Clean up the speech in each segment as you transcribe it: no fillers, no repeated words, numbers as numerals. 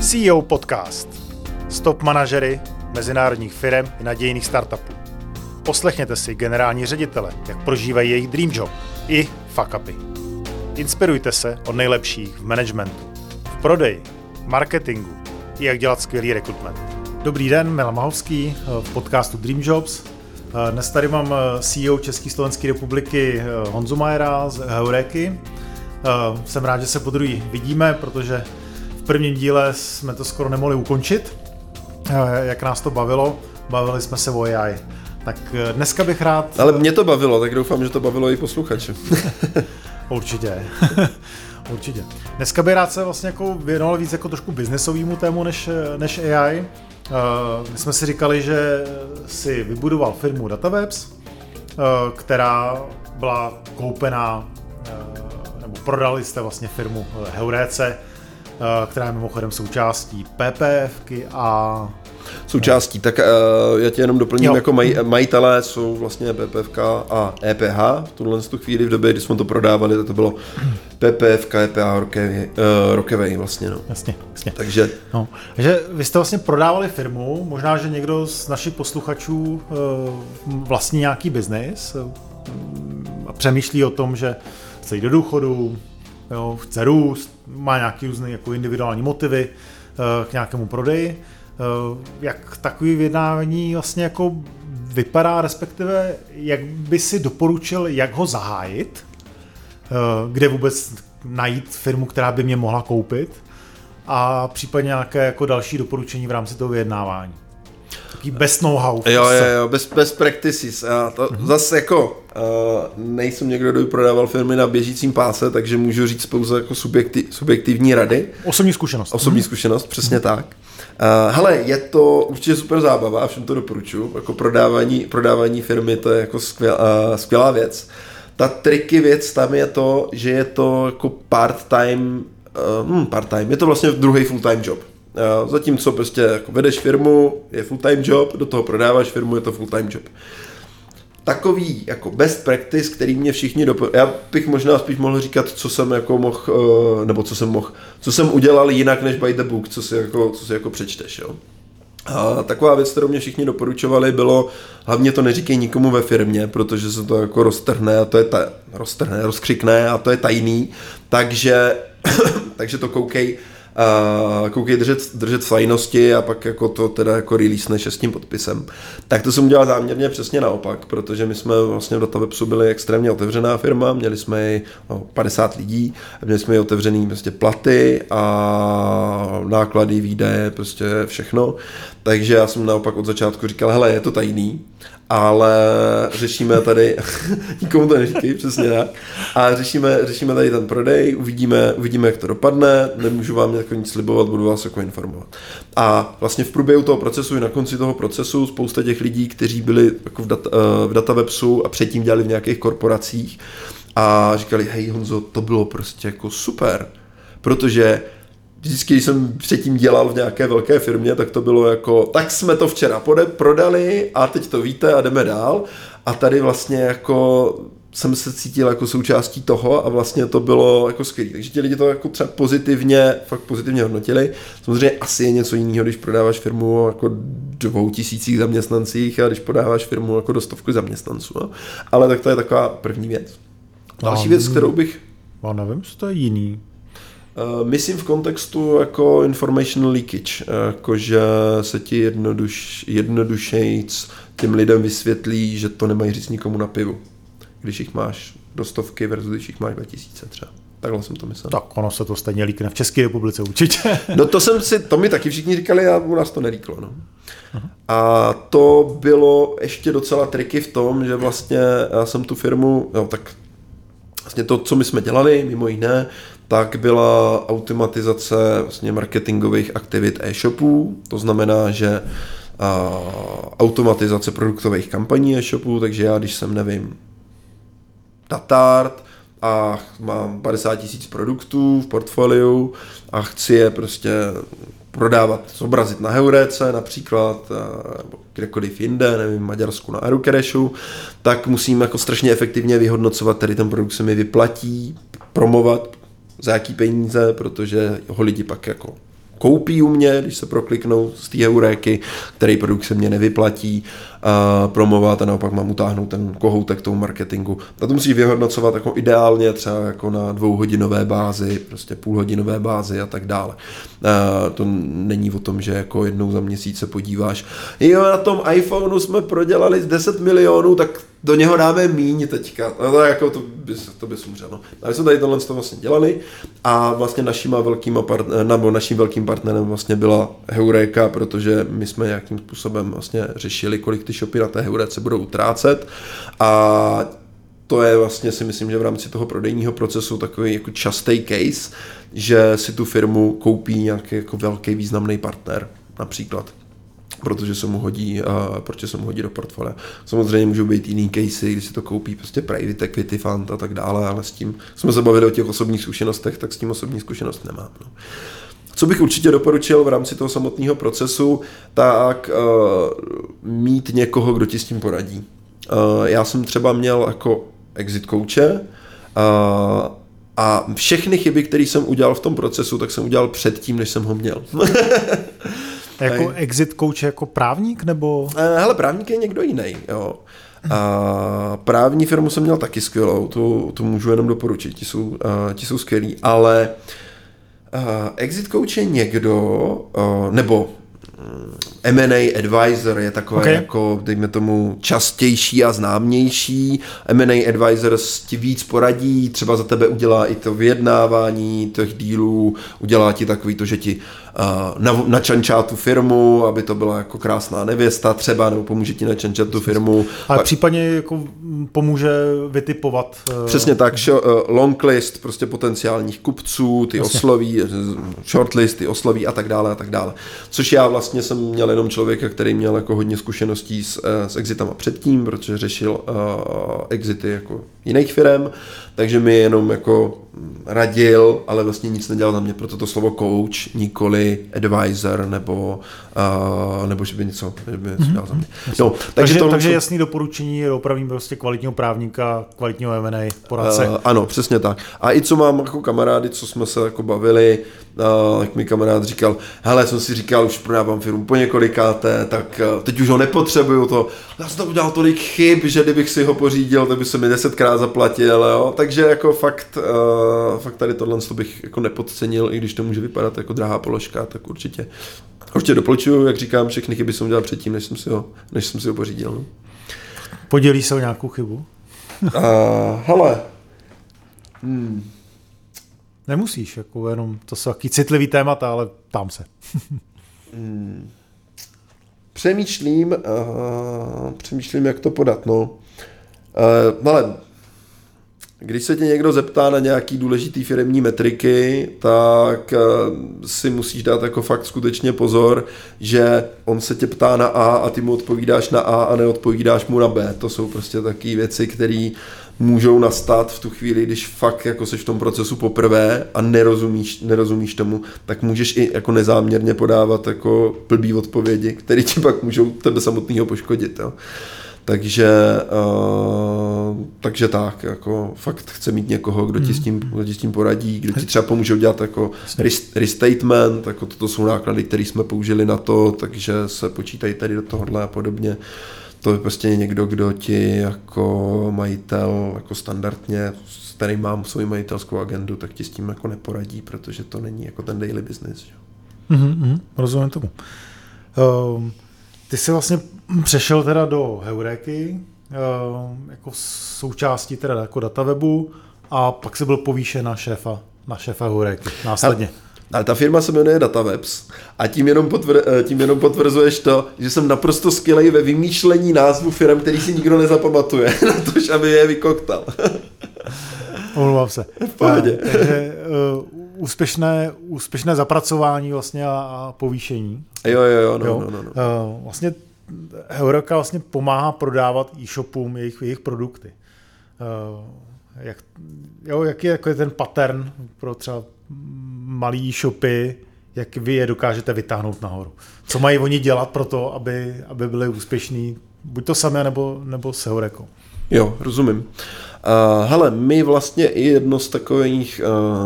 CEO Podcast. Stop manažery mezinárodních firem i nadějných startupů. Poslechněte si generální ředitele, jak prožívají jejich dream job i fuck upy. Inspirujte se od nejlepších v managementu, v prodeji, marketingu i jak dělat skvělý rekrutment. Dobrý den, Milan Mahovský v podcastu Dream Jobs. Dnes tady mám CEO České slovenské republiky Honzu Majera z Heuréky. Jsem rád, že se podruhé vidíme, protože v prvním díle jsme to skoro nemohli ukončit, jak nás to bavilo. Bavili jsme se o AI. Tak dneska bych rád... Ale mě to bavilo, tak doufám, že to bavilo i posluchače. Určitě. Určitě. Dneska bych rád se vlastně jako věnoval víc jako trošku biznesovému tému než AI. My jsme si říkali, že si vybudoval firmu Datawebs, která byla koupená, nebo prodali jste vlastně firmu Heuréce, která je mimochodem součástí PPFky a... Součástí, tak já tě jenom doplním, jako majitelé jsou vlastně PPFK a EPH. V tuhle chvíli v době, kdy jsme to prodávali, tak to bylo PPFK, EPH, Rockaway vlastně. No. Jasně. Takže vy jste vlastně prodávali firmu, možná, že někdo z našich posluchačů vlastní nějaký biznis a přemýšlí o tom, že chce jít do důchodu, chce růst, má nějaký různý jako individuální motivy k nějakému prodeji. Jak takový vyjednávání vlastně jako vypadá, respektive jak by si doporučil, jak ho zahájit, kde vůbec najít firmu, která by mě mohla koupit a případně nějaké jako další doporučení v rámci toho vyjednávání. Taký best know-how. Jo, best practices. Já to zase jako nejsem někdo, kdo by prodával firmy na běžícím páse, takže můžu říct pouze jako subjektivní rady. Osobní zkušenost. Osobní zkušenost, přesně tak. Hele, je to určitě super zábava a všem to doporučuji. Jako prodávání firmy, to je jako skvělá věc. Ta triky věc tam je to, že je to jako part-time, je to vlastně druhý full-time job. Zatímco prostě jako vedeš firmu, je full-time job, do toho prodáváš firmu, je to full-time job. Takový jako best practice, který mě všichni já bych možná spíš mohl říkat, co jsem jako mohl, nebo co jsem udělal jinak než by the book, co si jako přečteš, jo. A taková věc, kterou mě všichni doporučovali, bylo, hlavně to neříkej nikomu ve firmě, protože se to jako roztrhne a to je rozkřikne a to je tajný, takže to koukej držet v tajnosti a pak jako to teda jako releaseneš s tím podpisem. Tak to jsem udělal záměrně přesně naopak, protože my jsme vlastně v Datawebsu byli extrémně otevřená firma, měli jsme i 50 lidí, měli jsme i otevřený prostě platy a náklady, výdaje, prostě všechno. Takže já jsem naopak od začátku říkal, hele, je to tajný, ale řešíme tady, nikomu to neříkej, přesně tak, a řešíme tady ten prodej, uvidíme, jak to dopadne, nemůžu vám jako nic slibovat, budu vás jako informovat. A vlastně v průběhu toho procesu i na konci toho procesu spousta těch lidí, kteří byli jako v Datawebsu a předtím dělali v nějakých korporacích a říkali, hej Honzo, to bylo prostě jako super, protože vždycky, když jsem předtím dělal v nějaké velké firmě, tak to bylo jako, tak jsme to včera prodali a teď to víte a jdeme dál. A tady vlastně jako jsem se cítil jako součástí toho a vlastně to bylo jako skvělé. Takže ti lidi to jako třeba fakt pozitivně hodnotili. Samozřejmě asi je něco jiného, když prodáváš firmu jako 2000 zaměstnancích a když prodáváš firmu jako do 100 zaměstnanců. No. Ale tak to je taková první věc. Další věc, kterou bych... Já nevím, co to je jiný. Myslím v kontextu jako information leakage, jakože se ti jednodušejc těm lidem vysvětlí, že to nemají říct nikomu na pivu, když jich máš do 100 versus když jich máš 2000 třeba. Takhle jsem to myslel. Tak ono se to stejně líkne v České republice určitě. No to mi taky všichni říkali a u nás to nelíklo. No. A to bylo ještě docela triky v tom, že vlastně já jsem tu firmu, tak vlastně to, co my jsme dělali, mimo jiné, tak byla automatizace vlastně marketingových aktivit e-shopů, to znamená, že automatizace produktových kampaní e-shopů, takže já, když jsem, nevím, Datart a mám 50 000 produktů v portfoliu a chci je prostě prodávat, zobrazit na Heuréce například, nebo kdekoliv jinde, nevím, Maďarsku na Aerocareshu, tak musím jako strašně efektivně vyhodnocovat, který ten produkt se mi vyplatí, promovat, za jaký peníze, protože ho lidi pak jako koupí u mě, když se prokliknou z té Heuréky, který produkt se mě nevyplatí promovat a naopak mám utáhnout ten kohoutek tomu marketingu. A to musíš vyhodnocovat jako ideálně třeba jako na 2hodinové bázi, prostě půlhodinové bázi a tak dále. To není o tom, že jako jednou za měsíc se podíváš, jo, na tom iPhoneu jsme prodělali 10 milionů, tak do něho dáme míň teďka. No, jako to bys umřel. No. A my jsme tady tohle vlastně dělali a vlastně naším velkým partnerem vlastně byla Heuréka, protože my jsme nějakým způsobem vlastně řešili, kolik ty shopy na té Heuréce budou utrácet a to je vlastně si myslím, že v rámci toho prodejního procesu takový jako častý case, že si tu firmu koupí nějaký jako velký významný partner například. Protože se mu hodí do portfolia. Samozřejmě můžou být jiný casey, když si to koupí prostě private equity fund a tak dále, ale s tím jsme se bavili o těch osobních zkušenostech, tak s tím osobní zkušenost nemám. No. Co bych určitě doporučil v rámci toho samotného procesu, tak mít někoho, kdo ti s tím poradí. Já jsem třeba měl jako exit coache a všechny chyby, které jsem udělal v tom procesu, tak jsem udělal předtím, než jsem ho měl. Jako exit coach jako právník, nebo? Hele, právník je někdo jiný, jo. A právní firmu jsem měl taky skvělou, to můžu jenom doporučit, ti jsou skvělí, ale exit coach je někdo, nebo M&A advisor je takový jako, dejme tomu, častější a známější. M&A advisor ti víc poradí, třeba za tebe udělá i to vyjednávání těch dílů, udělá ti takový to, že ti načančá tu firmu, aby to byla jako krásná nevěsta třeba, nebo pomůže ti načančat tu firmu. Ale případně jako pomůže vytipovat. Přesně tak, long list prostě potenciálních kupců, ty osloví, shortlist, ty osloví a tak dále a tak dále. Což já vlastně jsem měl jenom člověka, který měl jako hodně zkušeností s exitama předtím, protože řešil exity jako jiných firem, takže mi jenom jako radil, ale vlastně nic nedělal na mě, proto to slovo coach, nikoli advisor, nebo že by něco dělal za mě. No, takže jasný doporučení je opravdu prostě kvalitního právníka, kvalitního M&A poradce. Ano, přesně tak. A i co mám jako kamarády, co jsme se jako bavili, jak mi kamarád říkal, hele, jsem si říkal, už prodávám firmu po několikáté, tak teď už ho nepotřebuju to. Já jsem to udělal tolik chyb, že kdybych si ho pořídil, tak by se mi 10krát zaplatil, jo. Takže jako fakt tady tohle bych jako nepodcenil, i když to může vypadat jako drahá položka, tak určitě doporučuju, jak říkám, všechny chyby jsem udělal předtím, než jsem si ho pořídil. No. Podělíš se o nějakou chybu? Hele. Nemusíš, jako jenom to jsou taky citlivý témata, ale ptám se. Přemýšlím, jak to podat, no. Ale když se tě někdo zeptá na nějaký důležitý firemní metriky, tak si musíš dát jako fakt skutečně pozor, že on se tě ptá na A a ty mu odpovídáš na A a neodpovídáš mu na B. To jsou prostě takové věci, které můžou nastat v tu chvíli, když fakt jako seš v tom procesu poprvé a nerozumíš tomu, tak můžeš i jako nezáměrně podávat jako blbý odpovědi, které ti pak můžou tebe samotného poškodit. Jo. Takže tak, jako fakt chce mít někoho, kdo ti s tím poradí, kdo ti třeba pomůže udělat jako restatement, jako toto jsou náklady, které jsme použili na to, takže se počítají tady do tohohle a podobně. To je prostě někdo, kdo ti jako majitel, jako standardně, s kterým mám svou majitelskou agendu, tak ti s tím jako neporadí, protože to není jako ten daily business. Rozumím tomu. Ty jsi vlastně přešel teda do Heuréky, jako součástí teda jako datawebu a pak jsi byl povýšen na šéfa Heuréky následně. Ale ta firma se jmenuje Datawebs a tím jenom potvrzuješ to, že jsem naprosto skvělej ve vymýšlení názvu firm, který si nikdo nezapamatuje, na to, aby je vykoktal. Omlouvám se. V pohodě. Takže úspěšné zapracování vlastně a povýšení. No. Vlastně Heuréka vlastně pomáhá prodávat e-shopům jejich produkty. Jaký je ten pattern pro třeba malý e-shopy, jak vy je dokážete vytáhnout nahoru? Co mají oni dělat pro to, aby byli úspěšní, buď to sami, nebo s Heurékou? Jo, rozumím. Hele, my vlastně i jedno z takových,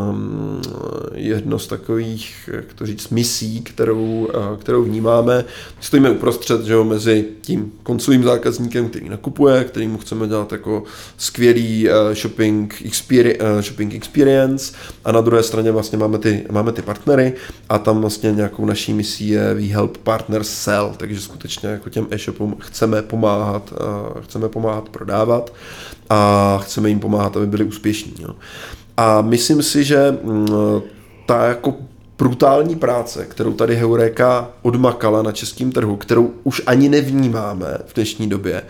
jak to říct, misí, kterou vnímáme, stojíme uprostřed, že jo, mezi tím koncovým zákazníkem, který nakupuje, kterýmu chceme dát jako skvělý shopping experience, a na druhé straně vlastně máme ty partnery, a tam vlastně nějakou naší misí je we help partners sell, takže skutečně jako těm e-shopům chceme pomáhat prodávat a chceme jim pomáhat, aby byli úspěšní. Jo. A myslím si, že ta jako brutální práce, kterou tady Heureka odmakala na českém trhu, kterou už ani nevnímáme v dnešní době,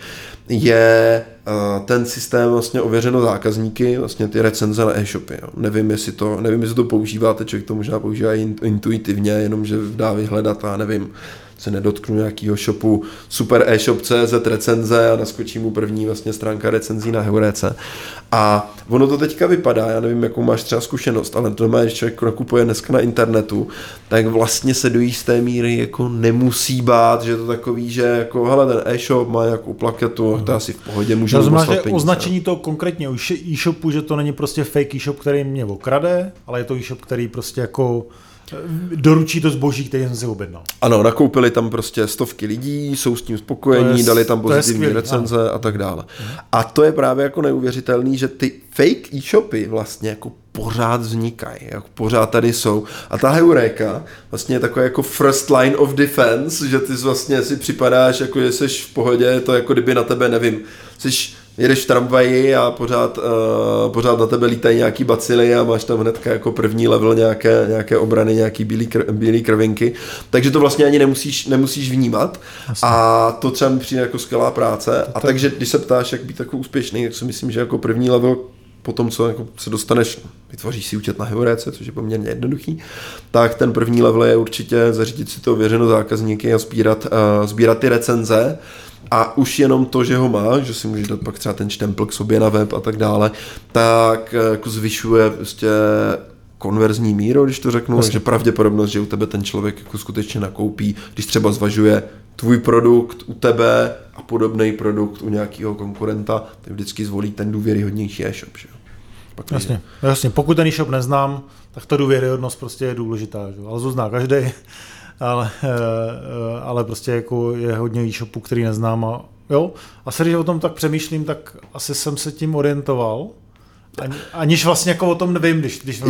je ten systém vlastně ověřeno zákazníky, vlastně ty recenze na e-shopy. Jo. Nevím, jestli to používáte, člověk to možná používá intuitivně, jenomže dá vyhledat, a nevím, se nedotknu nějakého shopu super e-shop.cz recenze a naskočí mu první vlastně stránka recenzí na Heurece. A ono to teďka vypadá, já nevím, jakou máš třeba zkušenost, ale doma, když člověk nakupuje dneska na internetu, tak vlastně se do jisté míry jako nemusí bát, že je to takový, že jako hele, ten e-shop má nějakou plaketu, to asi v pohodě můžu poslat peníze. Označení toho konkrétně e-shopu, že to není prostě fake e-shop, který mě okrade, ale je to e-shop, který prostě jako doručí to zboží, který jsem si objednal. Ano, nakoupili tam prostě stovky lidí, jsou s tím spokojení, dali tam pozitivní recenze a tak dále. A to je právě jako neuvěřitelný, že ty fake e-shopy vlastně jako pořád vznikají, jako pořád tady jsou. A ta Heureka vlastně je takový jako first line of defense, že ty vlastně si připadáš, jako že jsi v pohodě, je to jako kdyby na tebe, nevím, jedeš v tramvaji a pořád na tebe lítají nějaký bacily a máš tam hnedka jako první level nějaké obrany, nějaký bílý krvinky. Takže to vlastně ani nemusíš vnímat. Jasně. A to třeba mi přijde jako skvělá práce. A takže když se ptáš, jak být takový úspěšný, tak si myslím, že jako první level po tom, co jako se dostaneš, vytvoříš si účet na Heurece, což je poměrně jednoduchý, tak ten první level je určitě zařídit si to ověřeno zákazníky a sbírat ty recenze. A už jenom to, že ho máš, že si můžeš dát pak třeba ten štempl k sobě na web a tak dále, tak jako zvyšuje prostě konverzní míru, když to řeknu, takže pravděpodobnost, že u tebe ten člověk jako skutečně nakoupí, když třeba zvažuje tvůj produkt u tebe a podobný produkt u nějakého konkurenta, tak vždycky zvolí ten důvěryhodnější e-shop. Že? Jasně, pokud ten e-shop neznám, tak ta důvěryhodnost prostě je důležitá, že? Ale to zná každý. Ale prostě jako je hodně e-shopů, který neznám, a jo. A když o tom tak přemýšlím, tak asi jsem se tím orientoval. Aniž vlastně jako o tom nevím, když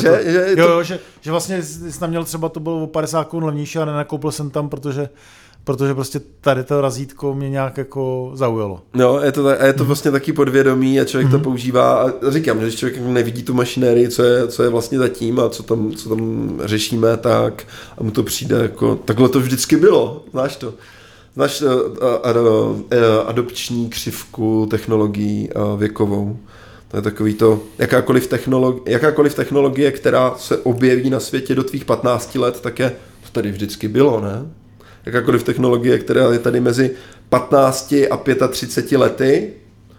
že vlastně jsem měl třeba, to bylo o 50 Kč levnější a nenakoupil jsem tam, protože prostě tady to razítko mě nějak jako zaujalo. No, je to vlastně taky podvědomí a člověk to používá a říkám, že když člověk nevidí tu mašinérii, co je vlastně zatím a co tam řešíme, tak a mu to přijde jako, takhle to vždycky bylo, znáš to. Znáš adopční křivku technologií věkovou. To je takový to, jakákoliv technologie, která se objeví na světě do tvých 15 let, tak to tady vždycky bylo, ne? Jakákoliv technologie, která je tady mezi 15 a 35 lety,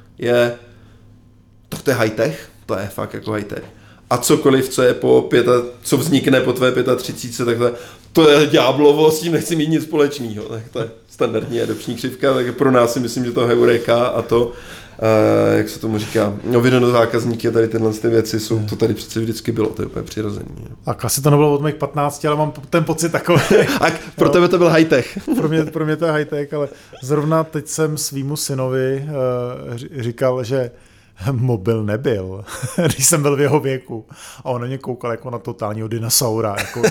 to je high-tech, to je fakt jako high-tech. A cokoliv, co vznikne po tvé 35, tak to je ďáblovo, s tím nechci mít nic společného. Tak to je standardní adopční křivka, tak pro nás si myslím, že to Heureka a to, jak se tomu říká, ověřeno zákazníky a tady tyhle věci jsou, to tady přece vždycky bylo, to je úplně přirozený. Tak asi to nebylo od mých 15, ale mám ten pocit takový. A pro tebe to byl high-tech. Pro mě to je high-tech, ale zrovna teď jsem svýmu synovi říkal, že mobil nebyl, když jsem byl v jeho věku. A on na mě koukal jako na totálního dinosaura.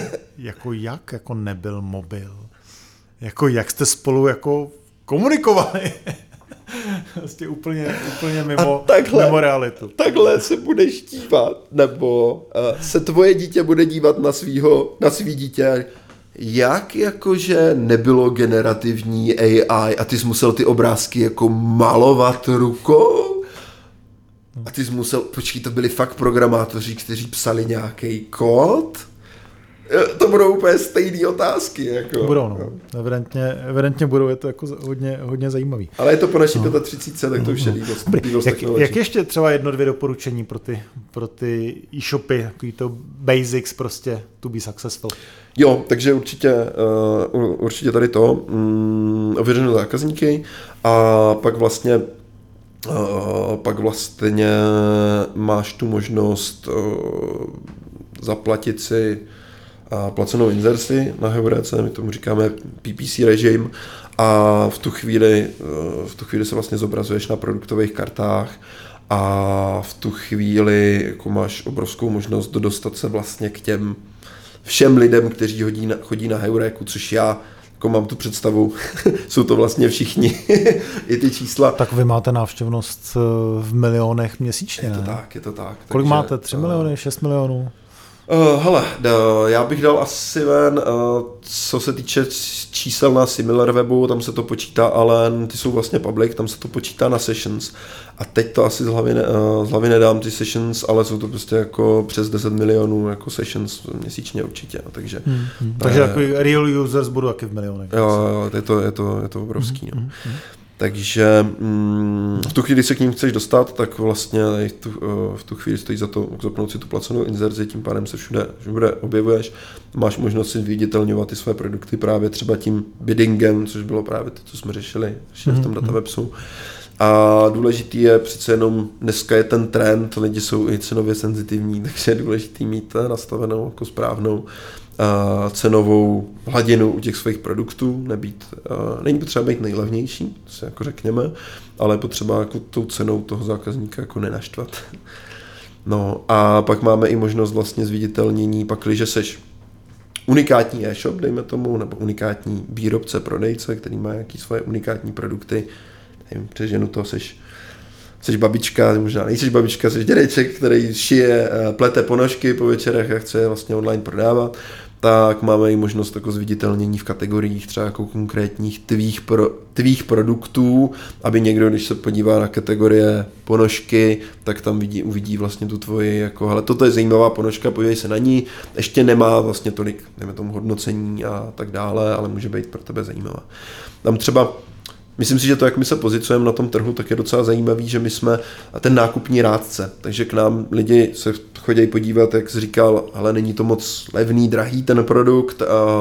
Jako nebyl mobil? Jako jak jste spolu jako komunikovali? Vlastně úplně mimo realitu. Takhle se budeš dívat, nebo se tvoje dítě bude dívat na svý dítě. Jak jakože nebylo generativní AI a ty jsi musel ty obrázky jako malovat rukou? A ty jsi musel, to byli fakt programátoři, kteří psali nějaký kód? To budou úplně stejné otázky. Jako. Budou, no. Evidentně budou, je to jako hodně zajímavý. Ale je to po naší 35, tak to už je lígost. Jak ještě třeba 1-2 doporučení pro ty e-shopy, takový to basics prostě to be successful? Jo, takže určitě tady to, ověřené zákazníky a pak vlastně Pak vlastně máš tu možnost zaplatit si placenou inzerci na Heurece, my tomu říkáme PPC režim, a v tu chvíli se vlastně zobrazuješ na produktových kartách a v tu chvíli jako máš obrovskou možnost dostat se vlastně k těm všem lidem, kteří chodí na Heuréku, což já jako mám tu představu, jsou to vlastně všichni, i ty čísla. Tak vy máte návštěvnost v milionech měsíčně, ne? Je to tak. Kolik máte? 3 miliony, 6 milionů? Hele, já bych dal asi ven, co se týče čísel na SimilarWebu, tam se to počítá, ale ty jsou vlastně public, tam se to počítá na sessions. A teď to asi z hlavy nedám ty sessions, ale jsou to prostě jako přes 10 milionů jako sessions měsíčně určitě. Takže jako real users budou taky v milionech. Jo, je to obrovský. Takže v tu chvíli, když se k ním chceš dostat, tak vlastně v tu chvíli stojí za to zapnout si tu placenou inzerci, tím pádem se všude objevuješ. Máš možnost si viditelňovat ty své produkty právě třeba tím biddingem, což bylo právě to, co jsme řešili v tom databepsu. A důležitý je přece jenom, dneska je ten trend, lidi jsou i cenově senzitivní, takže je důležitý mít nastavenou jako správnou cenovou hladinu u těch svých produktů, není potřeba být nejlevnější, to si jako řekněme, ale je potřeba jako tou cenou toho zákazníka jako nenaštvat. No a pak máme i možnost vlastně zviditelnění, pakliže seš unikátní e-shop, dejme tomu, nebo unikátní výrobce, prodejce, který má nějaký svoje unikátní produkty, nevím, přeženu to, seš babička, možná nejseš babička, seš dědeček, který plete ponožky po večerech a chce je vlastně online prodávat, tak máme i možnost jako zviditelnění v kategoriích třeba jako konkrétních tvých produktů, aby někdo, když se podívá na kategorie ponožky, tak tam uvidí vlastně tu tvoji, jako, hele, toto je zajímavá ponožka, podívej se na ní, ještě nemá vlastně tolik, nevím, tomu hodnocení a tak dále, ale může být pro tebe zajímavá. Tam třeba myslím si, že to, jak my se pozicujeme na tom trhu, tak je docela zajímavý, že my jsme ten nákupní rádce, takže k nám lidi se chodí podívat, jak jsi říkal, ale není to moc levný, drahý ten produkt,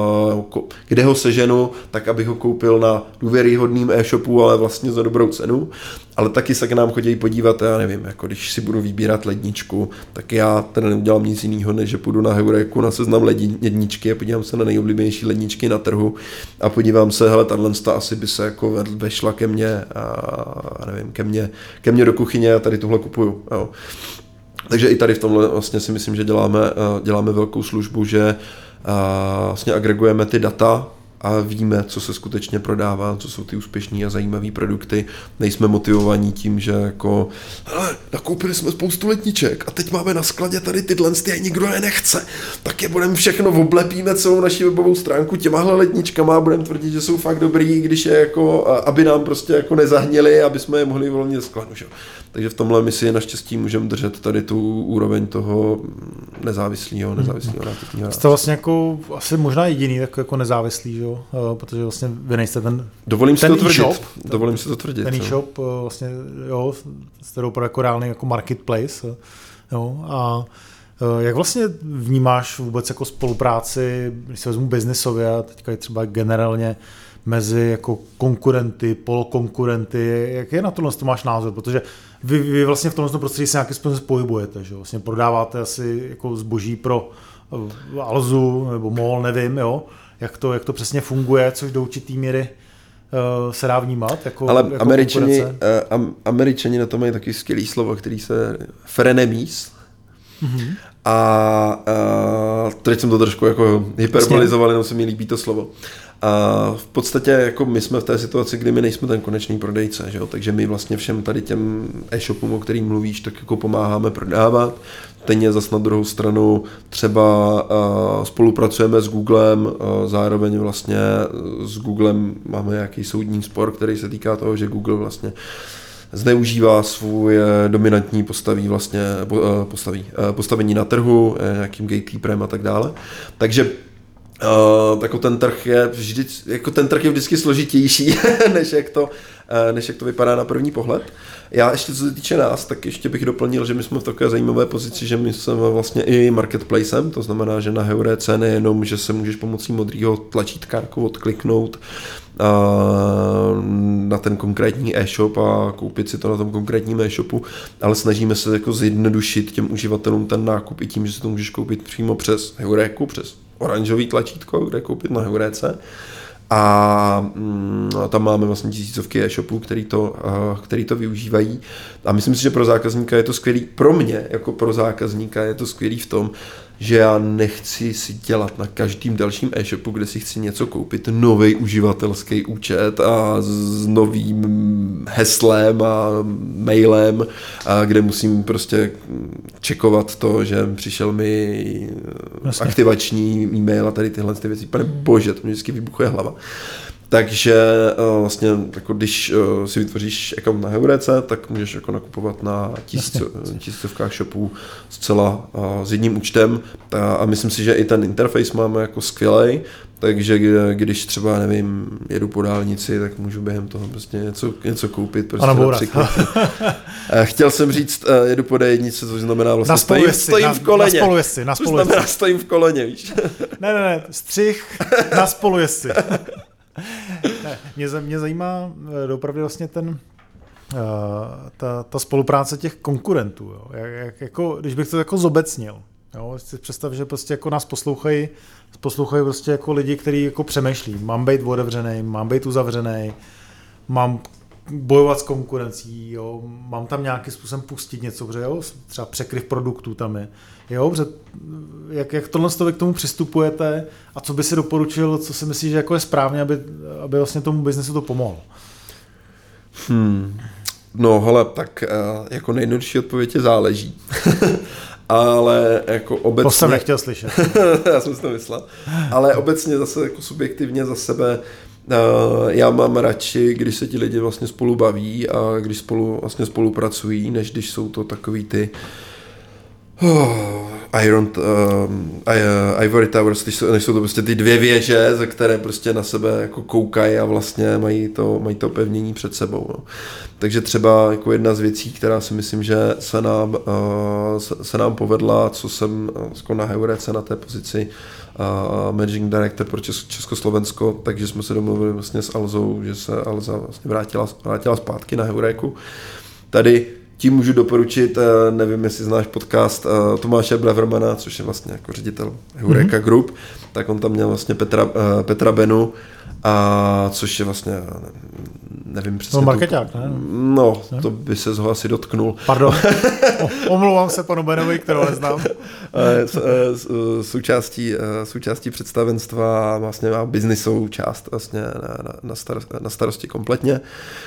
kde ho seženu, tak abych ho koupil na důvěryhodným e-shopu, ale vlastně za dobrou cenu. Ale taky se k nám chodí podívat, já nevím, jako když si budu vybírat ledničku, tak já teda neudělám nic jiného, než že půjdu na Heuréku na seznam ledničky a podívám se na nejoblíbenější ledničky na trhu a podívám se, hele, tato asi by se jako vešla ke mně a nevím, ke mně do kuchyně a tady tohle kupuju. Jo. Takže i tady v tomhle vlastně si myslím, že děláme velkou službu, že vlastně agregujeme ty data a víme, co se skutečně prodává, co jsou ty úspěšný a zajímavý produkty. Nejsme motivovaní tím, že jako hele, nakoupili jsme spoustu letniček a teď máme na skladě tady tyhle a nikdo je nechce. Tak je budeme všechno, oblepíme celou naši webovou stránku těmahle letničkama a budeme tvrdit, že jsou fakt dobrý, když je jako, aby nám prostě jako nezahněli, aby jsme je mohli volně ze skladu. Že? Takže v tomhle my si naštěstí můžeme držet tady tu úroveň toho nezávislého nákupního. Jste vlastně jako asi možná jediný jako nezávislý, že? Protože vlastně vy nejste ten Dovolím si to tvrdit. Ten e-shop vlastně, jo, jste jako reálný jako marketplace, jo, a jak vlastně vnímáš vůbec jako spolupráci, když se vezmu biznisově a teďka je třeba generálně mezi jako konkurenty, polokonkurenty, jaký je na tohle to máš názor, protože vy vlastně v tomhle prostředí se nějakým způsobem pohybujete, že vlastně prodáváte asi jako zboží pro Alzu nebo MOL, nevím, jo, jak to přesně funguje, což do určitý míry se dá vnímat jako, ale jako Američani na to mají taky skvělý slovo, který se frenemies. Mm-hmm. A teď jsem to trošku jako hyperbolizoval, jenom se mi líbí to slovo. A v podstatě jako my jsme v té situaci, kdy my nejsme ten konečný prodejce, že jo? Takže my vlastně všem tady těm e-shopům, o kterým mluvíš, tak jako pomáháme prodávat. Stejně zas na druhou stranu třeba spolupracujeme s Googlem, zároveň vlastně s Googlem máme nějaký soudní spor, který se týká toho, že Google vlastně zneužívá svůj dominantní postavení na trhu, nějakým gatekeeperem a tak dále. Takže jako ten trh je vždycky složitější, než jak to vypadá na první pohled. Já ještě co se týče nás, tak ještě bych doplnil, že my jsme v takové zajímavé pozici, že my jsme vlastně i marketplacem, to znamená, že na Heurece nejenom, že se můžeš pomocí modrého tlačítka jako odkliknout na ten konkrétní e-shop a koupit si to na tom konkrétním e-shopu, ale snažíme se jako zjednodušit těm uživatelům ten nákup i tím, že si to můžeš koupit přímo přes Heuréku, přes oranžový tlačítko, kde koupit na Heurece. A tam máme vlastně tisícovky e-shopů, který to využívají. A myslím si, že pro zákazníka je to skvělý. Pro mě, jako pro zákazníka, je to skvělý v tom, že já nechci si dělat na každým dalším e-shopu, kde si chci něco koupit, nový uživatelský účet a s novým heslem a mailem, a kde musím prostě čekovat to, že přišel mi aktivační e-mail a tady tyhle věci. Pane bože, to mě vždycky vybuchuje hlava. Takže vlastně, jako když si vytvoříš account na Heurece, tak můžeš jako nakupovat na tisícovkách shopů zcela s jedním účtem a myslím si, že i ten interface máme jako skvělej, takže když třeba, nevím, jedu po dálnici, tak můžu během toho prostě něco koupit. Prostě chtěl jsem říct, jedu po D1, což znamená vlastně stojím v koleně. Na což znamená stojím v koleně, víš. Ne, střih na spolujezdci. Mě zajímá opravdu vlastně ta spolupráce těch konkurentů. Jo. Jako, když bych to jako zobecnil. Jo. Si představ, že prostě jako nás poslouchají prostě jako lidi, kteří jako přemýšlí. Mám být otevřený, mám být uzavřený, mám bojovat s konkurencí, jo. Mám tam nějakým způsobem pustit něco, protože jo, třeba překryv produktů tam je. Jo, jak tohle vy k tomu přistupujete a co by si doporučil, co si myslíš, že jako je správně, aby vlastně tomu biznesu to pomohlo? No hele, tak jako nejjednodušší odpověď je záleží. Ale jako obecně... To jsem nechtěl slyšet. Já jsem si to myslel. Ale obecně zase jako subjektivně za sebe já mám radši, když se ti lidi vlastně spolu baví a když vlastně spolupracují, než když jsou to takový ty Ivory Towers, než jsou to prostě ty dvě věže, ze které prostě na sebe jako koukají a vlastně mají to pevnění před sebou. No. Takže třeba jako jedna z věcí, která si myslím, že se nám povedla, co jsem jako na Heurece na té pozici Managing Director pro Československo, takže jsme se domluvili vlastně s Alzou, že se Alza vlastně vrátila zpátky na Heuréku. Tady tím můžu doporučit, nevím, jestli znáš podcast Tomáše Bravermana, což je vlastně jako ředitel Heureka Group, tak on tam měl vlastně Petra Benu, což je vlastně, nevím přesně. No markeťák, ne? No, to by se ho asi dotknul. Pardon, omlouvám se panu Benovi, kterého neznám. Součástí představenstva vlastně má biznisovou část vlastně na starosti kompletně.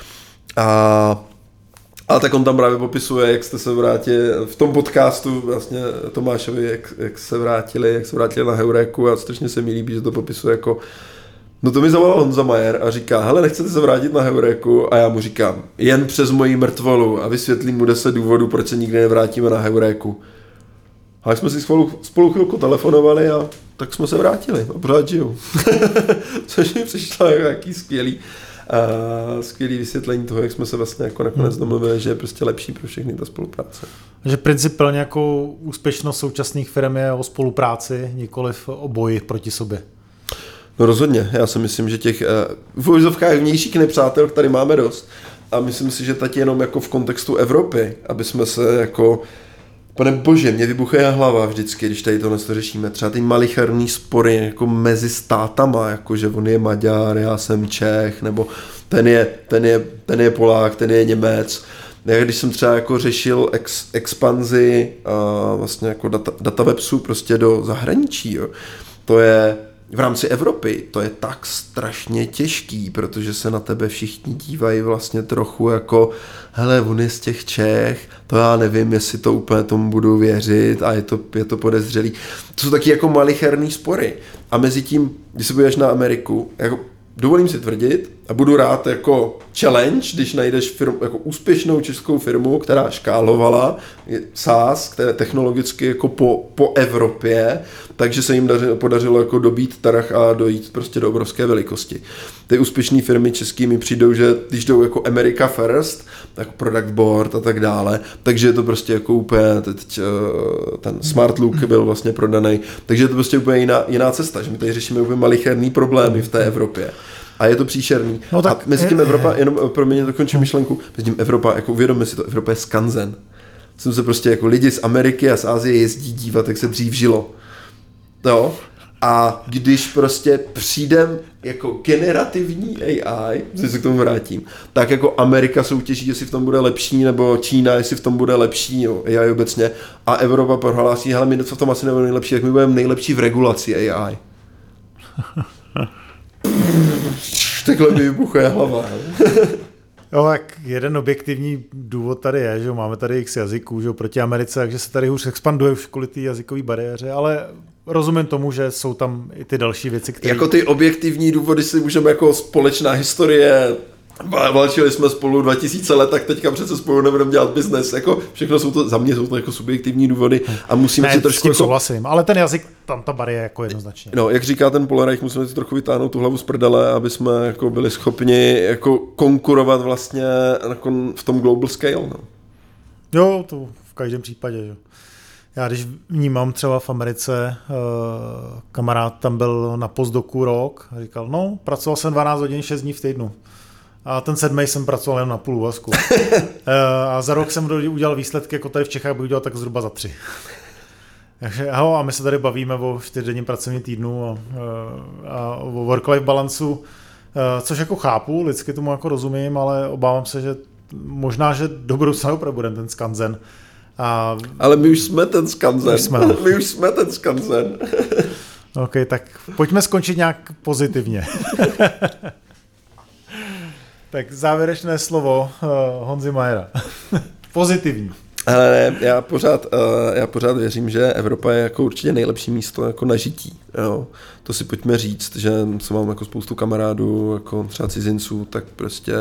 A tak on tam právě popisuje, jak jste se vrátili v tom podcastu vlastně Tomášovi, jak se vrátili na Heuréku a strašně se mi líbí, že to popisuje jako no to mi zavolal Honza Majer a říká, hele, nechcete se vrátit na Heuréku? A já mu říkám, jen přes moji mrtvolu a vysvětlím mu 10 důvodů, proč se nikdy nevrátíme na Heuréku. A jsme si spolu chvilku telefonovali a tak jsme se vrátili a pořád žiju. Což mi přišlo jako jaký skvělý vysvětlení toho, jak jsme se vlastně jako nakonec domluvili, že je prostě lepší pro všechny ta spolupráce. Že principálně jako úspěšnost současných firm je o spolupráci, nikoliv o boji proti sobě. No rozhodně, já si myslím, že těch v úvozovkách vnějších nepřátel tady máme dost a myslím si, že teď jenom jako v kontextu Evropy, aby jsme se jako pane bože, mě vybuchuje hlava vždycky, když tady tohle řešíme. Třeba ty malicherný spory jako mezi státama, jako že on je Maďar, já jsem Čech, nebo ten je Polák, ten je Němec. Já když jsem třeba jako řešil expanzi vlastně jako datawebsu prostě do zahraničí, jo, to je v rámci Evropy, to je tak strašně těžký, protože se na tebe všichni dívají vlastně trochu jako hele, on je z těch Čech, to já nevím, jestli to úplně tomu budu věřit a je to podezřelý. To jsou taky jako malicherný spory. A mezi tím, když se budeš na Ameriku, jako dovolím si tvrdit, A budu rád jako challenge, když najdeš jako úspěšnou českou firmu, která škálovala SaaS, které technologicky jako po Evropě, takže se jim podařilo jako dobít trh a dojít prostě do obrovské velikosti. Ty úspěšné firmy český mi přijdou, že když jdou jako America First, tak Product Board a tak dále, takže je to prostě jako úplně, teď ten Smart Look byl vlastně prodaný, takže je to prostě úplně jiná cesta, že my tady řešíme úplně malicherný problémy v té Evropě. A je to příšerný. No tak, a mezi tím Evropa, jenom pro mě dokončím myšlenku, mezi tím Evropa, jako uvědomme si to, Evropa je skanzen. Jsem se prostě jako lidi z Ameriky a z Asie jezdí dívat, jak se dřív žilo. Jo? A když prostě přijdem jako generativní AI, když se k tomu vrátím, tak jako Amerika soutěží, jestli v tom bude lepší, nebo Čína, jestli v tom bude lepší, jo, AI obecně, a Evropa prohlásí, hele, my v tom asi nebudeme nejlepší, tak my budeme nejlepší v regulaci AI. Takhle mi vybuchuje hlava. Jo, tak jeden objektivní důvod tady je, že máme tady x jazyků, že proti Americe, takže se tady hůř expanduje už kvůli té jazykové bariéře, ale rozumím tomu, že jsou tam i ty další věci, které... Jako ty objektivní důvody si můžeme jako společná historie, válčili jsme spolu 2000 let, tak teďka přece spolu nebudeme dělat biznes. Jako všechno jsou to, za mě jsou to jako subjektivní důvody a musíme si trošku... S tím souhlasím, ale ten jazyk, tam ta bariéra jako jednoznačně. No, jak říká ten Polarich, musíme si trochu vytáhnout tu hlavu z prdele, aby jsme jako byli schopni jako konkurovat vlastně jako v tom global scale. No. Jo, to v každém případě, že. Já když vnímám třeba v Americe, kamarád tam byl na postdoku rok a říkal, no, pracoval jsem 12 hodin 6 dní v týdnu. A ten 7. jsem pracoval jen na půl úvazku. A za rok jsem udělal výsledky, jako tady v Čechách bych udělal tak zhruba za 3. Takže, a my se tady bavíme o 4denním pracovním týdnu a o work-life balanceu, což jako chápu, lidsky tomu jako rozumím, ale obávám se, že možná, že do budoucna opravdu bude ten skanzen. Ale my už jsme ten skanzen. My už jsme ten skanzen. OK, tak pojďme skončit nějak pozitivně. Tak závěrečné slovo Honzy Majera. Pozitivní. Ale ne, já pořád věřím, že Evropa je jako určitě nejlepší místo jako na žití. Jo. To si pojďme říct, že jsem mám jako spoustu kamarádů, jako třeba cizinců, tak prostě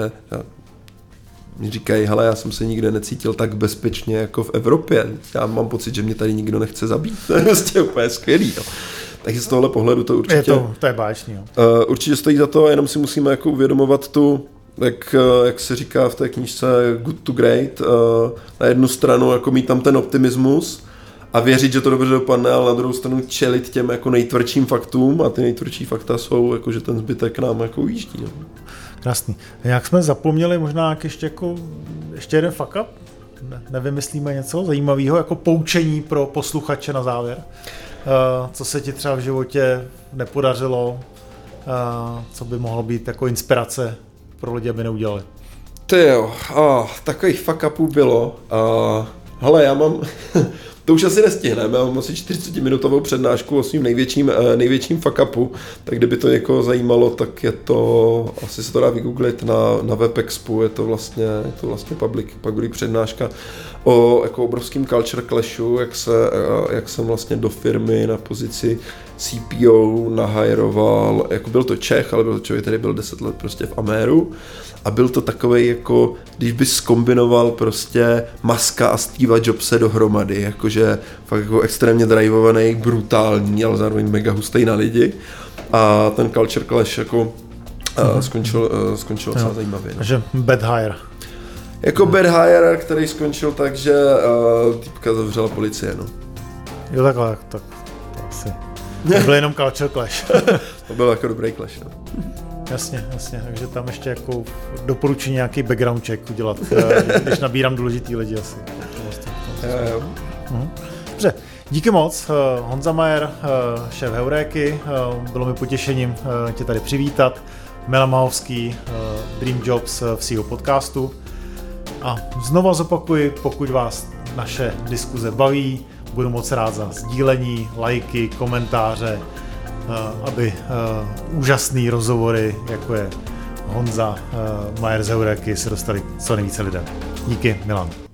mi říkají, hele, já jsem se nikde necítil tak bezpečně jako v Evropě. Já mám pocit, že mě tady nikdo nechce zabít. To je prostě úplně skvělý. Jo. Takže z tohohle pohledu to určitě... To je báječný. Jo. Určitě stojí za to, jenom si musíme jako uvědomovat tu, jak se říká v té knížce Good to Great, na jednu stranu jako mít tam ten optimismus a věřit, že to dobře dopadne, ale na druhou stranu čelit těm jako nejtvrdším faktům a ty nejtvrdší fakta jsou, jako, že ten zbytek nám jako ujíždí. No. Krásný. Jak jsme zapomněli možná ještě jeden fuck up? Nevymyslíme něco zajímavého, jako poučení pro posluchače na závěr? Co se ti třeba v životě nepodařilo? Co by mohlo být jako inspirace pro lidi, aby neudělali? Ty jo, takových fuck upů bylo. Hele, já mám... To už asi nestihneme, já mám asi 40-minutovou přednášku o svým největším fuck upu, tak kdyby to někoho zajímalo, tak je to, asi se to dá vygooglit na WebExpu, je to vlastně public přednáška o jako obrovském culture clashu, jak jsem vlastně do firmy na pozici CPO nahajroval, jako byl to Čech, ale byl to člověk, který byl 10 let prostě v Améru. A byl to takovej jako, když bys zkombinoval prostě Muska a Steva Jobse dohromady, jakože fakt jako extrémně drivovaný, brutální, ale zároveň mega hustý na lidi. A ten culture clash jako skončil docela zajímavě. Takže bad hire. Jako bad hire, který skončil tak, že týpka zavřela policie, no. Jo takhle, tak to asi. To byl jenom culture clash. To byl jako dobrý clash, no. Jasně, takže tam ještě jako doporučuji nějaký background check udělat, když nabírám důležitý lidi asi. Dobře, díky moc, Honza Majer, šéf Heuréky, bylo mi potěšením tě tady přivítat, Milan Mahovský, Dream Jobs v CEO podcastu a znova zopakuji, pokud vás naše diskuze baví, budu moc rád za sdílení, lajky, komentáře, aby úžasný rozhovory, jako je Honza Majer z Heuréky, se dostali co nejvíce lidem. Díky, Milan.